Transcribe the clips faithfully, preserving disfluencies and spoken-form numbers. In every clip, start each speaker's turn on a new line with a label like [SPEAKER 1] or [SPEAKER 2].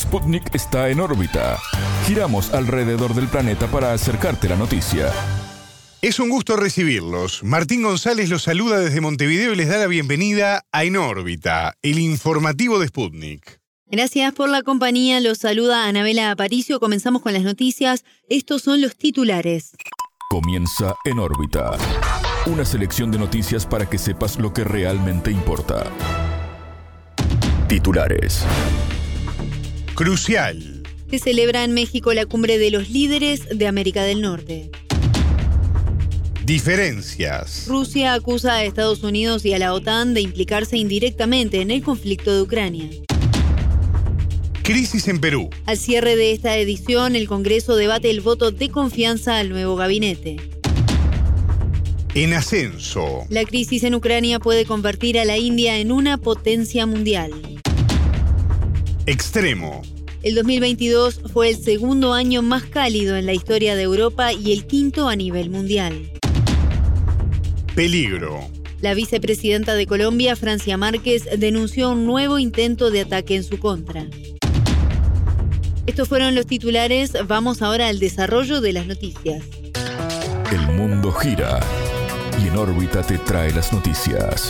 [SPEAKER 1] Sputnik está en órbita. Giramos alrededor del planeta para acercarte la noticia.
[SPEAKER 2] Es un gusto recibirlos. Martín González los saluda desde Montevideo y les da la bienvenida a En órbita, el informativo de Sputnik.
[SPEAKER 3] Gracias por la compañía, los saluda Anabela Aparicio. Comenzamos con las noticias. Estos son los titulares.
[SPEAKER 1] Comienza En órbita. Una selección de noticias para que sepas lo que realmente importa. Titulares.
[SPEAKER 2] Crucial.
[SPEAKER 3] Se celebra en México la cumbre de los líderes de América del Norte.
[SPEAKER 2] Diferencias.
[SPEAKER 3] Rusia acusa a Estados Unidos y a la OTAN de implicarse indirectamente en el conflicto de Ucrania.
[SPEAKER 2] Crisis en Perú.
[SPEAKER 3] Al cierre de esta edición, el Congreso debate el voto de confianza al nuevo gabinete.
[SPEAKER 2] En ascenso.
[SPEAKER 3] La crisis en Ucrania puede convertir a la India en una potencia mundial.
[SPEAKER 2] Extremo.
[SPEAKER 3] El dos mil veintidós fue el segundo año más cálido en la historia de Europa y el quinto a nivel mundial.
[SPEAKER 2] Peligro.
[SPEAKER 3] La vicepresidenta de Colombia, Francia Márquez, denunció un nuevo intento de ataque en su contra. Estos fueron los titulares. Vamos ahora al desarrollo de las noticias.
[SPEAKER 1] El mundo gira y En órbita te trae las noticias.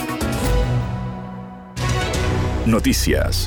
[SPEAKER 1] Noticias.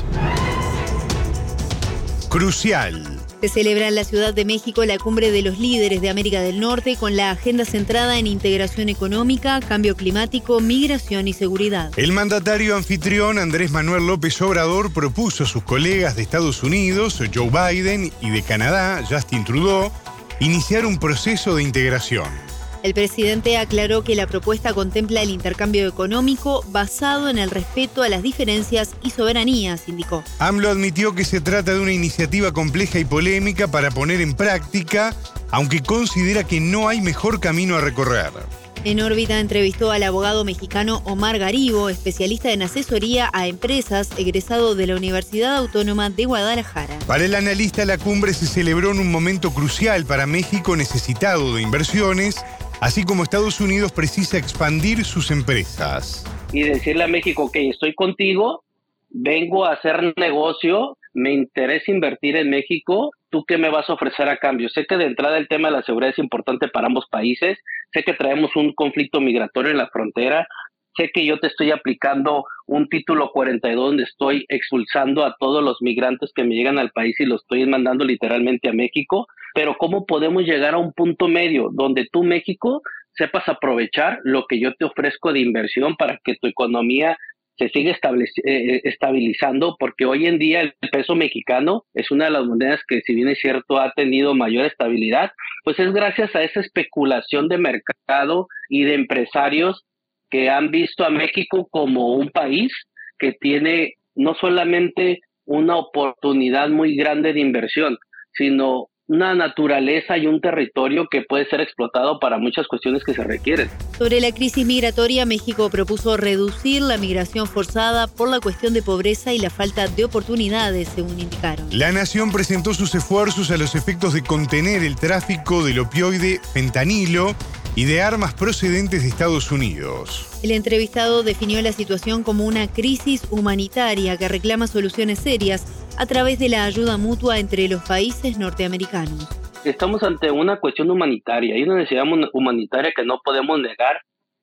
[SPEAKER 2] Crucial.
[SPEAKER 3] Se celebra en la Ciudad de México la cumbre de los líderes de América del Norte con la agenda centrada en integración económica, cambio climático, migración y seguridad.
[SPEAKER 2] El mandatario anfitrión Andrés Manuel López Obrador propuso a sus colegas de Estados Unidos, Joe Biden, y de Canadá, Justin Trudeau, iniciar un proceso de integración.
[SPEAKER 3] El presidente aclaró que la propuesta contempla el intercambio económico basado en el respeto a las diferencias y soberanías, indicó.
[SPEAKER 2] AMLO admitió que se trata de una iniciativa compleja y polémica para poner en práctica, aunque considera que no hay mejor camino a recorrer.
[SPEAKER 3] En órbita entrevistó al abogado mexicano Omar Garibo, especialista en asesoría a empresas, egresado de la Universidad Autónoma de Guadalajara.
[SPEAKER 2] Para el analista, la cumbre se celebró en un momento crucial para México necesitado de inversiones, así como Estados Unidos precisa expandir sus empresas.
[SPEAKER 4] Y decirle a México que estoy contigo, vengo a hacer negocio, me interesa invertir en México, ¿tú qué me vas a ofrecer a cambio? Sé que de entrada el tema de la seguridad es importante para ambos países, sé que traemos un conflicto migratorio en la frontera, sé que yo te estoy aplicando un título cuarenta y dos donde estoy expulsando a todos los migrantes que me llegan al país y los estoy mandando literalmente a México, pero ¿cómo podemos llegar a un punto medio donde tú, México, sepas aprovechar lo que yo te ofrezco de inversión para que tu economía se siga establec- eh, estabilizando? Porque hoy en día el peso mexicano es una de las monedas que, si bien es cierto, ha tenido mayor estabilidad, pues es gracias a esa especulación de mercado y de empresarios que han visto a México como un país que tiene no solamente una oportunidad muy grande de inversión, sino una naturaleza y un territorio que puede ser explotado para muchas cuestiones que se requieren.
[SPEAKER 3] Sobre la crisis migratoria, México propuso reducir la migración forzada por la cuestión de pobreza y la falta de oportunidades, según indicaron.
[SPEAKER 2] La nación presentó sus esfuerzos a los efectos de contener el tráfico del opioide fentanilo y de armas procedentes de Estados Unidos.
[SPEAKER 3] El entrevistado definió la situación como una crisis humanitaria que reclama soluciones serias a través de la ayuda mutua entre los países norteamericanos.
[SPEAKER 4] Estamos ante una cuestión humanitaria, hay una necesidad humanitaria que no podemos negar,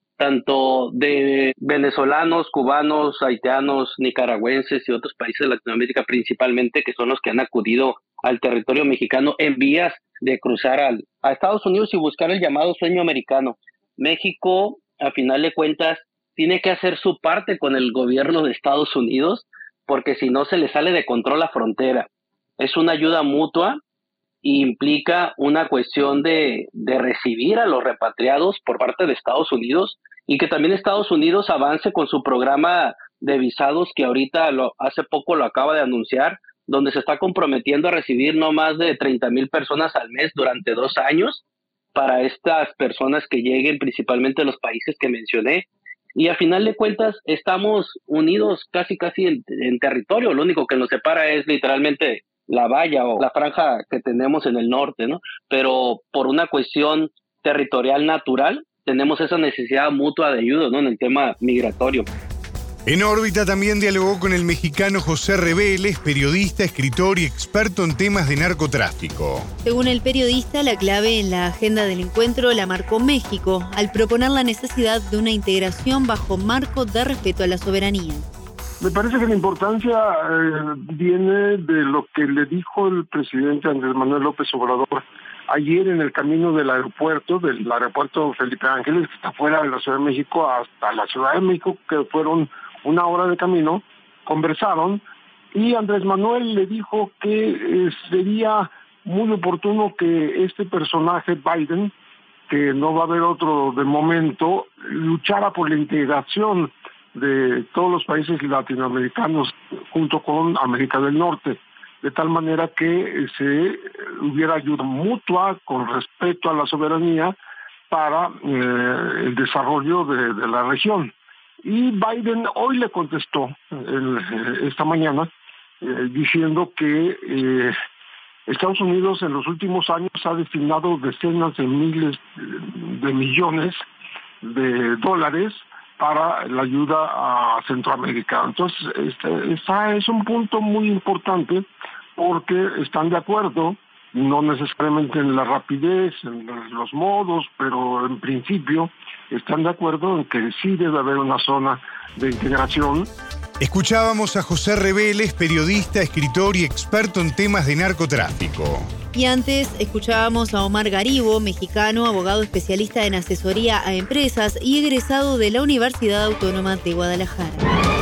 [SPEAKER 4] tanto de venezolanos, cubanos, haitianos, nicaragüenses y otros países de Latinoamérica principalmente, que son los que han acudido al territorio mexicano en vías de cruzar al, a Estados Unidos y buscar el llamado sueño americano. México, a final de cuentas, tiene que hacer su parte con el gobierno de Estados Unidos, porque si no se le sale de control la frontera. Es una ayuda mutua e implica una cuestión de, de recibir a los repatriados por parte de Estados Unidos y que también Estados Unidos avance con su programa de visados que ahorita lo, hace poco lo acaba de anunciar, donde se está comprometiendo a recibir no más de treinta mil personas al mes durante dos años para estas personas que lleguen principalmente a los países que mencioné. Y a final de cuentas estamos unidos casi casi en, en territorio, lo único que nos separa es literalmente la valla o la franja que tenemos en el norte, ¿no? Pero por una cuestión territorial natural tenemos esa necesidad mutua de ayuda, ¿no? En el tema migratorio.
[SPEAKER 2] En órbita también dialogó con el mexicano José Reveles, periodista, escritor y experto en temas de narcotráfico.
[SPEAKER 3] Según el periodista, la clave en la agenda del encuentro la marcó México, al proponer la necesidad de una integración bajo marco de respeto a la soberanía.
[SPEAKER 5] Me parece que la importancia eh, viene de lo que le dijo el presidente Andrés Manuel López Obrador ayer en el camino del aeropuerto, del aeropuerto Felipe Ángeles, que está fuera de la Ciudad de México, hasta la Ciudad de México, que fueron una hora de camino. Conversaron y Andrés Manuel le dijo que eh, sería muy oportuno que este personaje Biden, que no va a haber otro de momento, luchara por la integración de todos los países latinoamericanos junto con América del Norte, de tal manera que se hubiera ayuda mutua con respeto a la soberanía para eh, el desarrollo de, de la región. Y Biden hoy le contestó, el, esta mañana, eh, diciendo que eh, Estados Unidos en los últimos años ha destinado decenas de miles de millones de dólares para la ayuda a Centroamérica. Entonces, este, esta es un punto muy importante porque están de acuerdo, no necesariamente en la rapidez, en los modos, pero en principio están de acuerdo en que sí debe haber una zona de integración.
[SPEAKER 2] Escuchábamos a José Reveles, periodista, escritor y experto en temas de narcotráfico.
[SPEAKER 3] Y antes escuchábamos a Omar Garibo, mexicano, abogado especialista en asesoría a empresas y egresado de la Universidad Autónoma de Guadalajara.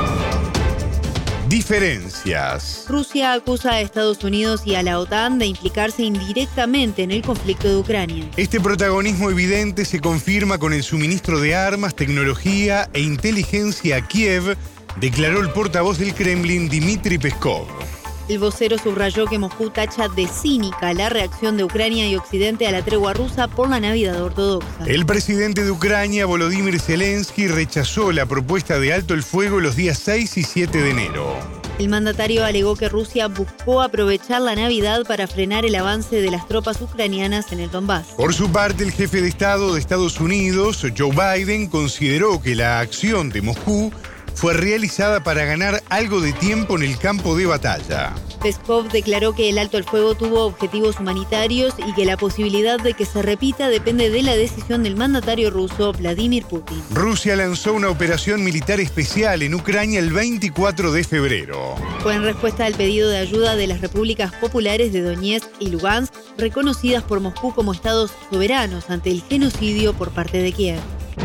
[SPEAKER 2] Diferencias.
[SPEAKER 3] Rusia acusa a Estados Unidos y a la OTAN de implicarse indirectamente en el conflicto de Ucrania.
[SPEAKER 2] Este protagonismo evidente se confirma con el suministro de armas, tecnología e inteligencia a Kiev, declaró el portavoz del Kremlin, Dmitry Peskov.
[SPEAKER 3] El vocero subrayó que Moscú tacha de cínica la reacción de Ucrania y Occidente a la tregua rusa por la Navidad ortodoxa.
[SPEAKER 2] El presidente de Ucrania, Volodymyr Zelensky, rechazó la propuesta de alto el fuego los días seis y siete de enero.
[SPEAKER 3] El mandatario alegó que Rusia buscó aprovechar la Navidad para frenar el avance de las tropas ucranianas en el Donbass.
[SPEAKER 2] Por su parte, el jefe de Estado de Estados Unidos, Joe Biden, consideró que la acción de Moscú fue realizada para ganar algo de tiempo en el campo de batalla.
[SPEAKER 3] Peskov declaró que el alto el fuego tuvo objetivos humanitarios y que la posibilidad de que se repita depende de la decisión del mandatario ruso Vladimir Putin.
[SPEAKER 2] Rusia lanzó una operación militar especial en Ucrania el veinticuatro de febrero.
[SPEAKER 3] Fue en respuesta al pedido de ayuda de las repúblicas populares de Donetsk y Lugansk, reconocidas por Moscú como estados soberanos ante el genocidio por parte de Kiev.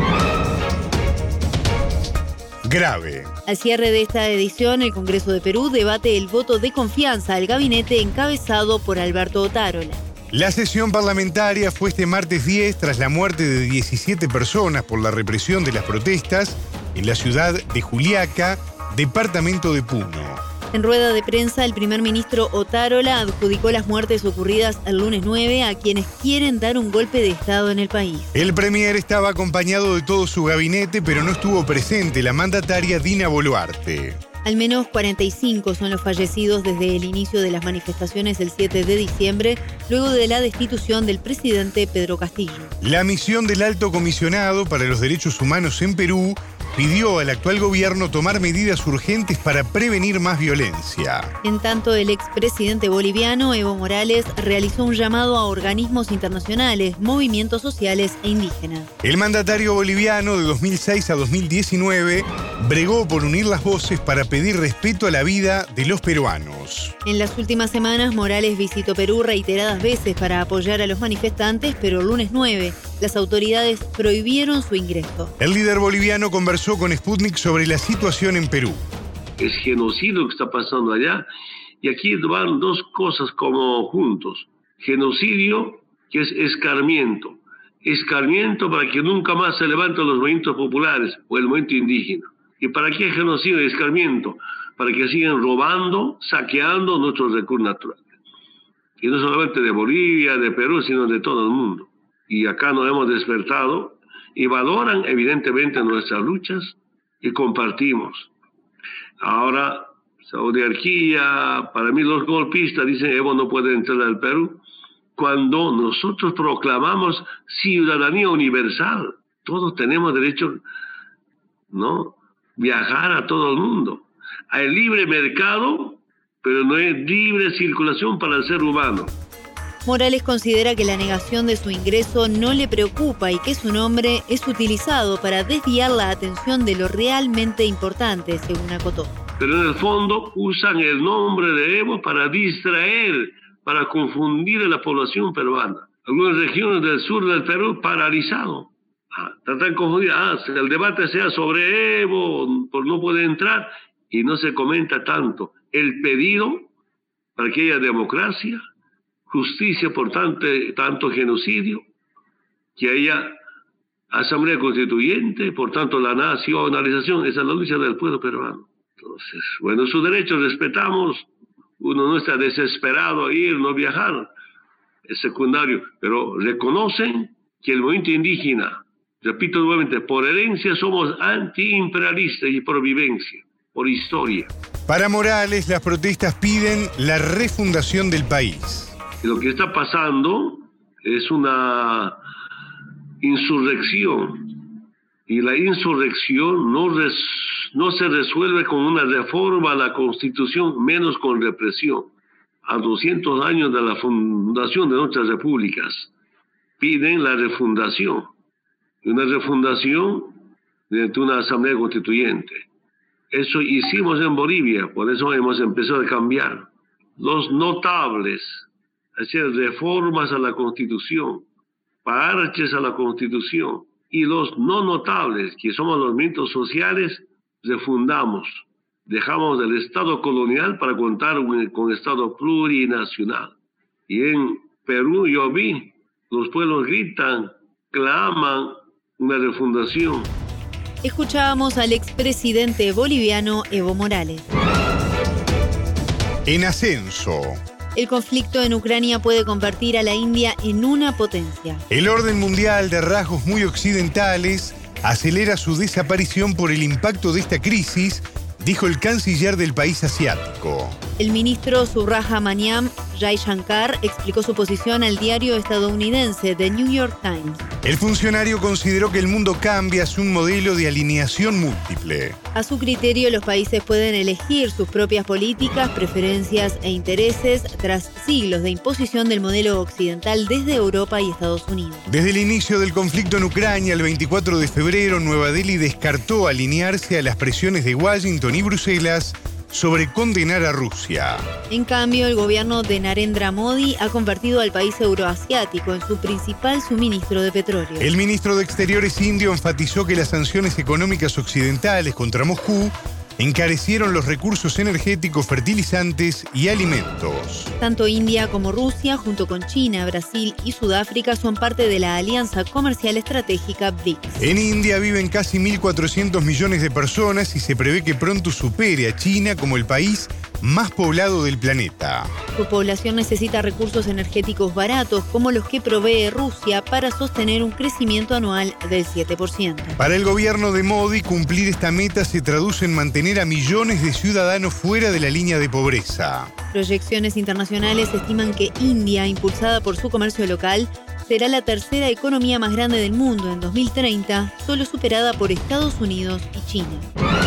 [SPEAKER 2] Grave.
[SPEAKER 3] Al cierre de esta edición, el Congreso de Perú debate el voto de confianza al gabinete encabezado por Alberto Otárola.
[SPEAKER 2] La sesión parlamentaria fue este martes diez tras la muerte de diecisiete personas por la represión de las protestas en la ciudad de Juliaca, departamento de Puno.
[SPEAKER 3] En rueda de prensa, el primer ministro Otárola adjudicó las muertes ocurridas el lunes nueve a quienes quieren dar un golpe de Estado en el país.
[SPEAKER 2] El premier estaba acompañado de todo su gabinete, pero no estuvo presente la mandataria Dina Boluarte.
[SPEAKER 3] Al menos cuarenta y cinco son los fallecidos desde el inicio de las manifestaciones del siete de diciembre, luego de la destitución del presidente Pedro Castillo.
[SPEAKER 2] La misión del Alto Comisionado para los Derechos Humanos en Perú pidió al actual gobierno tomar medidas urgentes para prevenir más violencia.
[SPEAKER 3] En tanto, el expresidente boliviano Evo Morales realizó un llamado a organismos internacionales, movimientos sociales e indígenas.
[SPEAKER 2] El mandatario boliviano de dos mil seis a dos mil diecinueve bregó por unir las voces para pedir respeto a la vida de los peruanos.
[SPEAKER 3] En las últimas semanas, Morales visitó Perú reiteradas veces para apoyar a los manifestantes, pero el lunes nueve, las autoridades prohibieron su ingreso.
[SPEAKER 2] El líder boliviano conversó con Sputnik sobre la situación en Perú.
[SPEAKER 6] Es genocidio que está pasando allá, y aquí van dos cosas como juntos. Genocidio, que es escarmiento. Escarmiento para que nunca más se levanten los movimientos populares o el movimiento indígena. ¿Y para qué genocidio y escarmiento? Para que sigan robando, saqueando nuestros recursos naturales. Y no solamente de Bolivia, de Perú, sino de todo el mundo. Y acá nos hemos despertado y valoran evidentemente nuestras luchas y compartimos. Ahora, oligarquía, para mí los golpistas dicen Evo no puede entrar al Perú. Cuando nosotros proclamamos ciudadanía universal, todos tenemos derecho, ¿no?, viajar a todo el mundo. Hay libre mercado, pero no hay libre circulación para el ser humano.
[SPEAKER 3] Morales considera que la negación de su ingreso no le preocupa y que su nombre es utilizado para desviar la atención de lo realmente importante, según acotó.
[SPEAKER 6] Pero en el fondo usan el nombre de Evo para distraer, para confundir a la población peruana. Algunas regiones del sur del Perú paralizado. Ah, tratan de confundir, ah, el debate sea sobre Evo, por no poder entrar, y no se comenta tanto el pedido para que haya democracia, justicia por tanto, tanto genocidio, que haya asamblea constituyente, por tanto la nacionalización, esa es la lucha del pueblo peruano. Entonces, bueno, sus derechos respetamos, uno no está desesperado a ir, no viajar, es secundario, pero reconocen que el movimiento indígena, repito nuevamente, por herencia somos antiimperialistas y por vivencia, por historia.
[SPEAKER 2] Para Morales, las protestas piden la refundación del país.
[SPEAKER 6] Lo que está pasando es una insurrección, y la insurrección no, res, no se resuelve con una reforma a la Constitución, menos con represión. A doscientos años de la fundación de nuestras repúblicas, piden la refundación, una refundación mediante una asamblea constituyente. Eso hicimos en Bolivia, por eso hemos empezado a cambiar. Los notables, hacer reformas a la Constitución, parches a la Constitución, y los no notables, que somos los movimientos sociales, refundamos. Dejamos el Estado colonial para contar con el Estado plurinacional. Y en Perú yo vi, los pueblos gritan, claman una refundación.
[SPEAKER 3] Escuchábamos al expresidente boliviano Evo Morales.
[SPEAKER 2] En ascenso.
[SPEAKER 3] El conflicto en Ucrania puede convertir a la India en una potencia.
[SPEAKER 2] El orden mundial, de rasgos muy occidentales, acelera su desaparición por el impacto de esta crisis, dijo el canciller del país asiático.
[SPEAKER 3] El ministro Subrahmanyam Jaishankar explicó su posición al diario estadounidense The New York Times.
[SPEAKER 2] El funcionario consideró que el mundo cambia hacia un modelo de alineación múltiple.
[SPEAKER 3] A su criterio, los países pueden elegir sus propias políticas, preferencias e intereses tras siglos de imposición del modelo occidental desde Europa y Estados Unidos.
[SPEAKER 2] Desde el inicio del conflicto en Ucrania, el veinticuatro de febrero, Nueva Delhi descartó alinearse a las presiones de Washington y Bruselas sobre condenar a Rusia.
[SPEAKER 3] En cambio, el gobierno de Narendra Modi ha convertido al país euroasiático en su principal suministro de petróleo.
[SPEAKER 2] El ministro de Exteriores indio enfatizó que las sanciones económicas occidentales contra Moscú encarecieron los recursos energéticos, fertilizantes y alimentos.
[SPEAKER 3] Tanto India como Rusia, junto con China, Brasil y Sudáfrica, son parte de la Alianza Comercial Estratégica B R I C S.
[SPEAKER 2] En India viven casi mil cuatrocientos millones de personas y se prevé que pronto supere a China como el país más poblado del planeta.
[SPEAKER 3] Su población necesita recursos energéticos baratos como los que provee Rusia para sostener un crecimiento anual del siete por ciento.
[SPEAKER 2] Para el gobierno de Modi, cumplir esta meta se traduce en mantener a millones de ciudadanos fuera de la línea de pobreza.
[SPEAKER 3] Proyecciones internacionales estiman que India, impulsada por su comercio local, será la tercera economía más grande del mundo en dos mil treinta, solo superada por Estados Unidos y China.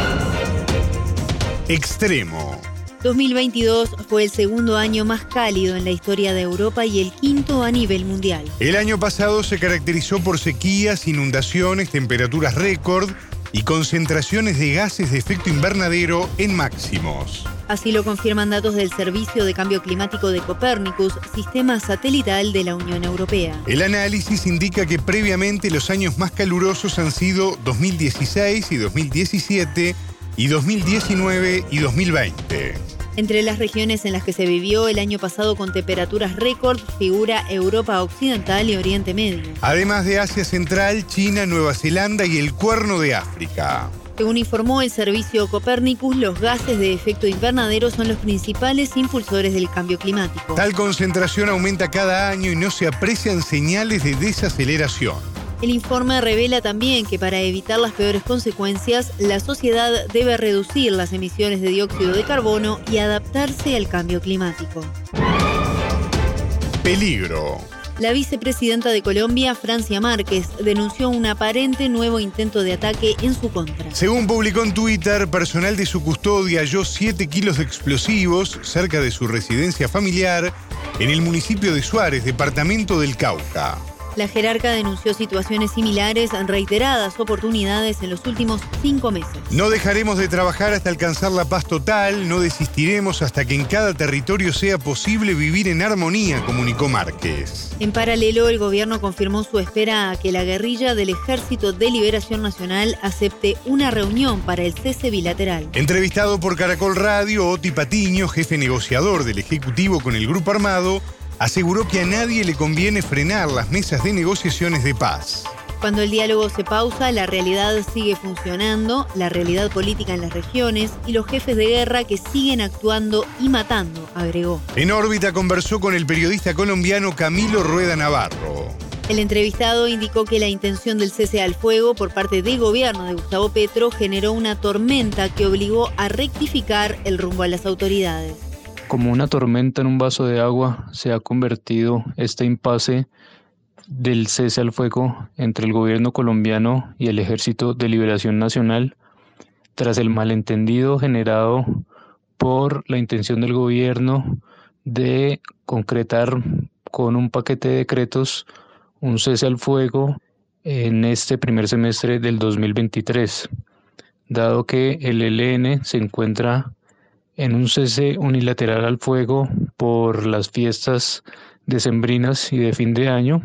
[SPEAKER 2] Extremo.
[SPEAKER 3] dos mil veintidós fue el segundo año más cálido en la historia de Europa y el quinto a nivel mundial.
[SPEAKER 2] El año pasado se caracterizó por sequías, inundaciones, temperaturas récord y concentraciones de gases de efecto invernadero en máximos.
[SPEAKER 3] Así lo confirman datos del Servicio de Cambio Climático de Copernicus, sistema satelital de la Unión Europea.
[SPEAKER 2] El análisis indica que previamente los años más calurosos han sido dos mil dieciséis y dos mil diecisiete y dos mil diecinueve y dos mil veinte.
[SPEAKER 3] Entre las regiones en las que se vivió el año pasado con temperaturas récord figura Europa Occidental y Oriente Medio.
[SPEAKER 2] Además de Asia Central, China, Nueva Zelanda y el Cuerno de África.
[SPEAKER 3] Según informó el servicio Copernicus, los gases de efecto invernadero son los principales impulsores del cambio climático.
[SPEAKER 2] Tal concentración aumenta cada año y no se aprecian señales de desaceleración.
[SPEAKER 3] El informe revela también que para evitar las peores consecuencias, la sociedad debe reducir las emisiones de dióxido de carbono y adaptarse al cambio climático.
[SPEAKER 2] Peligro.
[SPEAKER 3] La vicepresidenta de Colombia, Francia Márquez, denunció un aparente nuevo intento de ataque en su contra.
[SPEAKER 2] Según publicó en Twitter, personal de su custodia halló siete kilos de explosivos cerca de su residencia familiar en el municipio de Suárez, departamento del Cauca.
[SPEAKER 3] La jerarca denunció situaciones similares en reiteradas oportunidades en los últimos cinco meses.
[SPEAKER 2] No dejaremos de trabajar hasta alcanzar la paz total, no desistiremos hasta que en cada territorio sea posible vivir en armonía, comunicó Márquez.
[SPEAKER 3] En paralelo, el gobierno confirmó su espera a que la guerrilla del Ejército de Liberación Nacional acepte una reunión para el cese bilateral.
[SPEAKER 2] Entrevistado por Caracol Radio, Oti Patiño, jefe negociador del Ejecutivo con el Grupo Armado, aseguró que a nadie le conviene frenar las mesas de negociaciones de paz.
[SPEAKER 3] Cuando el diálogo se pausa, la realidad sigue funcionando, la realidad política en las regiones y los jefes de guerra que siguen actuando y matando, agregó.
[SPEAKER 2] En órbita conversó con el periodista colombiano Camilo Rueda Navarro.
[SPEAKER 3] El entrevistado indicó que la intención del cese al fuego por parte del gobierno de Gustavo Petro generó una tormenta que obligó a rectificar el rumbo a las autoridades.
[SPEAKER 7] Como una tormenta en un vaso de agua se ha convertido este impasse del cese al fuego entre el gobierno colombiano y el Ejército de Liberación Nacional, tras el malentendido generado por la intención del gobierno de concretar con un paquete de decretos un cese al fuego en este primer semestre del dos mil veintitrés, dado que el E L N se encuentra en un cese unilateral al fuego por las fiestas decembrinas y de fin de año,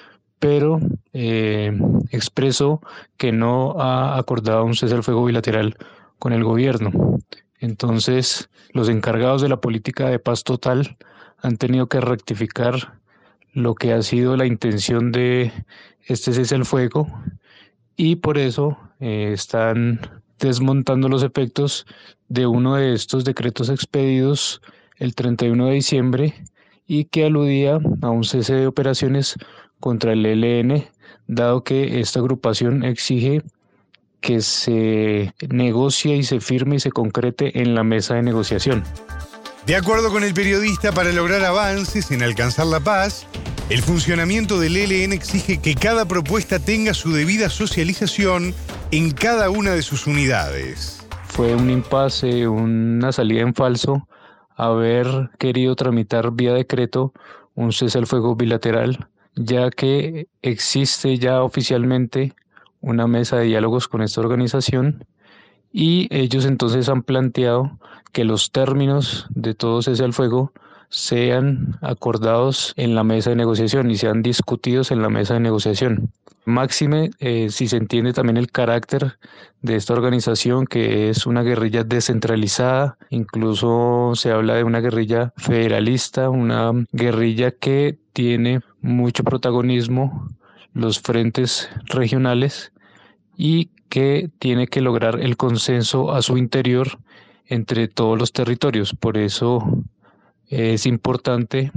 [SPEAKER 7] pero eh, expresó que no ha acordado un cese al fuego bilateral con el gobierno. Entonces, los encargados de la política de paz total han tenido que rectificar lo que ha sido la intención de este cese al fuego y por eso eh, están desmontando los efectos de uno de estos decretos expedidos el treinta y uno de diciembre y que aludía a un cese de operaciones contra el E L N, dado que esta agrupación exige que se negocie y se firme y se concrete en la mesa de negociación.
[SPEAKER 2] De acuerdo con el periodista, para lograr avances en alcanzar la paz, el funcionamiento del E L N exige que cada propuesta tenga su debida socialización en cada una de sus unidades.
[SPEAKER 7] Fue un impasse, una salida en falso, haber querido tramitar vía decreto un cese al fuego bilateral, ya que existe ya oficialmente una mesa de diálogos con esta organización y ellos entonces han planteado que los términos de todo cese al fuego sean acordados en la mesa de negociación y sean discutidos en la mesa de negociación. Máxime, eh, si se entiende también el carácter de esta organización, que es una guerrilla descentralizada, incluso se habla de una guerrilla federalista, una guerrilla que tiene mucho protagonismo los frentes regionales y que tiene que lograr el consenso a su interior entre todos los territorios. Por eso es importante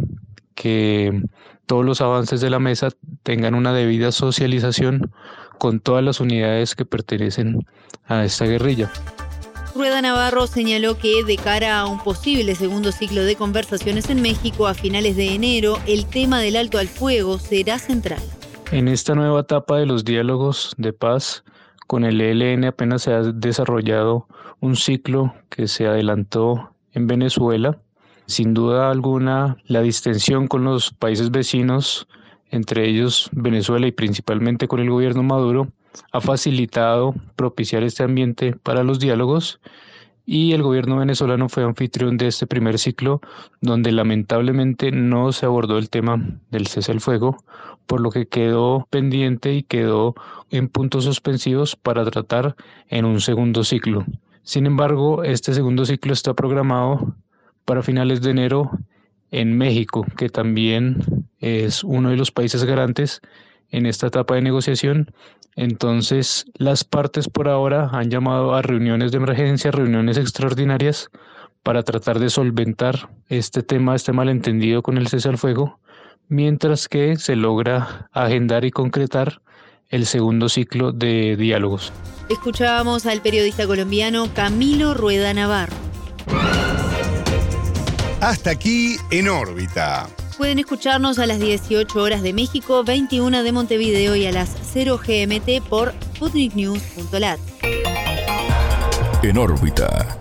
[SPEAKER 7] que todos los avances de la mesa tengan una debida socialización con todas las unidades que pertenecen a esta guerrilla.
[SPEAKER 3] Rueda Navarro señaló que de cara a un posible segundo ciclo de conversaciones en México a finales de enero, el tema del alto al fuego será central.
[SPEAKER 7] En esta nueva etapa de los diálogos de paz con el E L N apenas se ha desarrollado un ciclo que se adelantó en Venezuela. Sin duda alguna, la distensión con los países vecinos, entre ellos Venezuela y principalmente con el gobierno Maduro, ha facilitado propiciar este ambiente para los diálogos y el gobierno venezolano fue anfitrión de este primer ciclo donde lamentablemente no se abordó el tema del cese al fuego, por lo que quedó pendiente y quedó en puntos suspensivos para tratar en un segundo ciclo. Sin embargo, este segundo ciclo está programado para finales de enero en México, que también es uno de los países garantes en esta etapa de negociación. Entonces, las partes por ahora han llamado a reuniones de emergencia, reuniones extraordinarias, para tratar de solventar este tema, este malentendido con el cese al fuego, mientras que se logra agendar y concretar el segundo ciclo de diálogos.
[SPEAKER 3] Escuchábamos al periodista colombiano Camilo Rueda Navarro.
[SPEAKER 2] Hasta aquí En órbita,
[SPEAKER 3] Pueden escucharnos a las dieciocho horas de México, veintiuna de Montevideo y a las cero G M T por sputnik news punto lat.
[SPEAKER 1] En órbita.